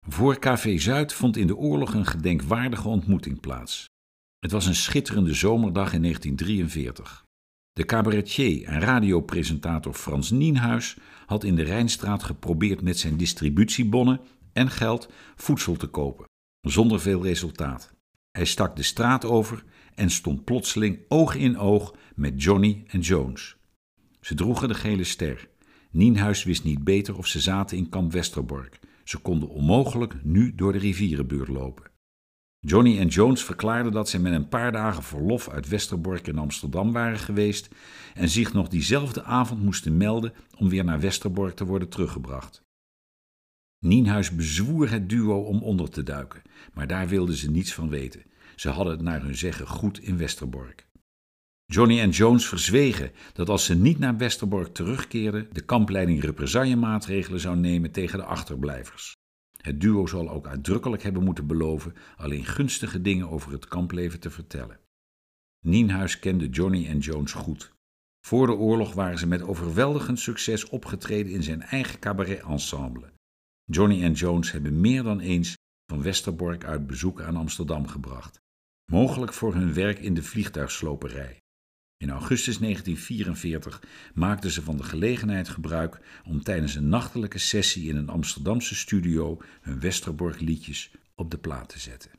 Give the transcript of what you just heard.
Voor Café Zuid vond in de oorlog een gedenkwaardige ontmoeting plaats. Het was een schitterende zomerdag in 1943. De cabaretier en radiopresentator Frans Nienhuis had in de Rijnstraat geprobeerd met zijn distributiebonnen en geld voedsel te kopen, zonder veel resultaat. Hij stak de straat over en stond plotseling oog in oog met Johnny en Jones. Ze droegen de gele ster. Nienhuis wist niet beter of ze zaten in kamp Westerbork. Ze konden onmogelijk nu door de rivierenbuurt lopen. Johnny en Jones verklaarden dat ze met een paar dagen verlof uit Westerbork in Amsterdam waren geweest en zich nog diezelfde avond moesten melden om weer naar Westerbork te worden teruggebracht. Nienhuis bezwoer het duo om onder te duiken, maar daar wilden ze niets van weten. Ze hadden het naar hun zeggen goed in Westerbork. Johnny en Jones verzwegen dat als ze niet naar Westerbork terugkeerden, de kampleiding represaillemaatregelen zou nemen tegen de achterblijvers. Het duo zal ook uitdrukkelijk hebben moeten beloven alleen gunstige dingen over het kampleven te vertellen. Nienhuis kende Johnny en Jones goed. Voor de oorlog waren ze met overweldigend succes opgetreden in zijn eigen cabaret-ensemble. Johnny en Jones hebben meer dan eens van Westerbork uit bezoeken aan Amsterdam gebracht, mogelijk voor hun werk in de vliegtuigsloperij. In augustus 1944 maakten ze van de gelegenheid gebruik om tijdens een nachtelijke sessie in een Amsterdamse studio hun Westerbork liedjes op de plaat te zetten.